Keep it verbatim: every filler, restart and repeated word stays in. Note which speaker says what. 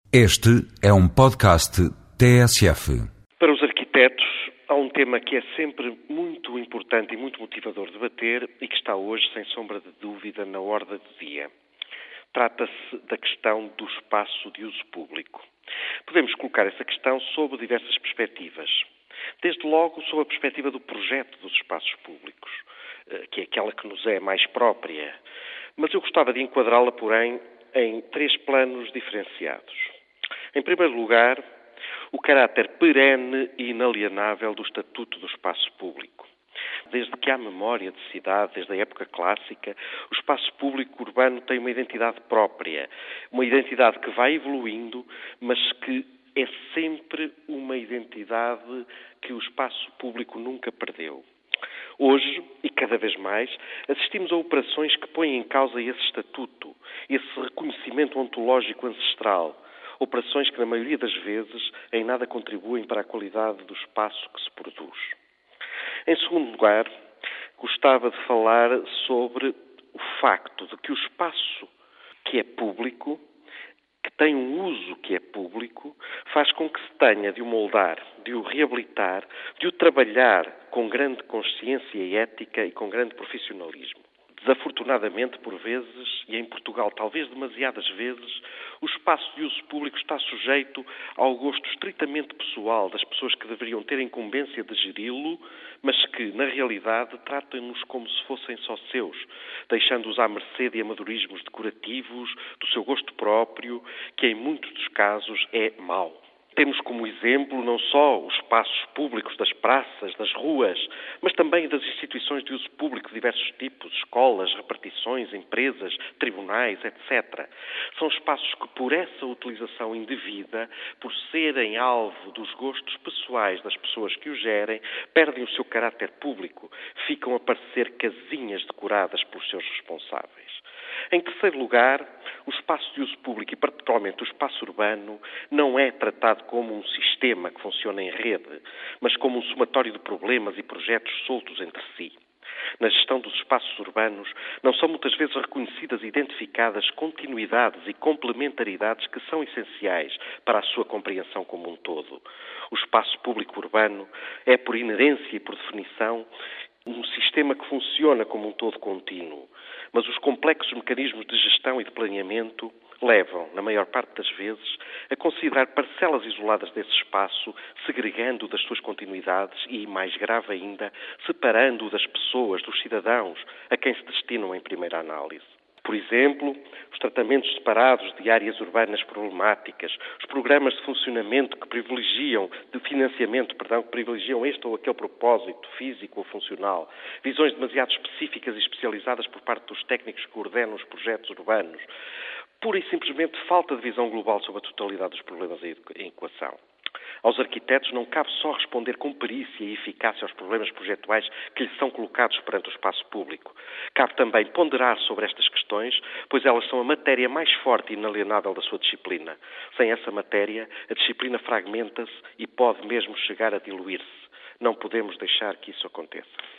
Speaker 1: Este é um podcast T S F.
Speaker 2: Para os arquitetos, há um tema que é sempre muito importante e muito motivador de debater e que está hoje, sem sombra de dúvida, na ordem do dia. Trata-se da questão do espaço de uso público. Podemos colocar essa questão sob diversas perspectivas. Desde logo, sob a perspectiva do projeto dos espaços públicos, que é aquela que nos é mais própria. Mas eu gostava de enquadrá-la, porém, em três planos diferenciados. Em primeiro lugar, o caráter perene e inalienável do Estatuto do Espaço Público. Desde que há memória de cidade, desde a época clássica, o espaço público urbano tem uma identidade própria, uma identidade que vai evoluindo, mas que é sempre uma identidade que o espaço público nunca perdeu. Hoje, e cada vez mais, assistimos a operações que põem em causa esse estatuto, esse reconhecimento ontológico ancestral. Operações que, na maioria das vezes, em nada contribuem para a qualidade do espaço que se produz. Em segundo lugar, gostava de falar sobre o facto de que o espaço que é público, que tem um uso que é público, faz com que se tenha de o moldar, de o reabilitar, de o trabalhar com grande consciência ética e com grande profissionalismo. Desafortunadamente, por vezes, e em Portugal talvez demasiadas vezes, o espaço de uso público está sujeito ao gosto estritamente pessoal das pessoas que deveriam ter a incumbência de geri-lo, mas que, na realidade, tratam-nos como se fossem só seus, deixando-os à mercê de amadorismos decorativos, do seu gosto próprio, que em muitos dos casos é mau. Temos como exemplo não só os espaços públicos das praças, das ruas, mas também das instituições de uso público de diversos tipos, escolas, repartições, empresas, tribunais, etcétera. São espaços que, por essa utilização indevida, por serem alvo dos gostos pessoais das pessoas que os gerem, perdem o seu caráter público, ficam a parecer casinhas decoradas pelos seus responsáveis. Em terceiro lugar, o espaço de uso público e particularmente o espaço urbano não é tratado como um sistema que funciona em rede, mas como um somatório de problemas e projetos soltos entre si. Na gestão dos espaços urbanos, não são muitas vezes reconhecidas e identificadas continuidades e complementaridades que são essenciais para a sua compreensão como um todo. O espaço público urbano é, por inerência e por definição, um sistema que funciona como um todo contínuo, mas os complexos mecanismos de gestão e de planeamento levam, na maior parte das vezes, a considerar parcelas isoladas desse espaço, segregando-o das suas continuidades e, mais grave ainda, separando-o das pessoas, dos cidadãos, a quem se destinam em primeira análise. Por exemplo, os tratamentos separados de áreas urbanas problemáticas, os programas de funcionamento que privilegiam, de financiamento, perdão, que privilegiam este ou aquele propósito físico ou funcional, visões demasiado específicas e especializadas por parte dos técnicos que coordenam os projetos urbanos, pura e simplesmente falta de visão global sobre a totalidade dos problemas em equação. Aos arquitetos não cabe só responder com perícia e eficácia aos problemas projetuais que lhes são colocados perante o espaço público. Cabe também ponderar sobre estas questões, pois elas são a matéria mais forte e inalienável da sua disciplina. Sem essa matéria, a disciplina fragmenta-se e pode mesmo chegar a diluir-se. Não podemos deixar que isso aconteça.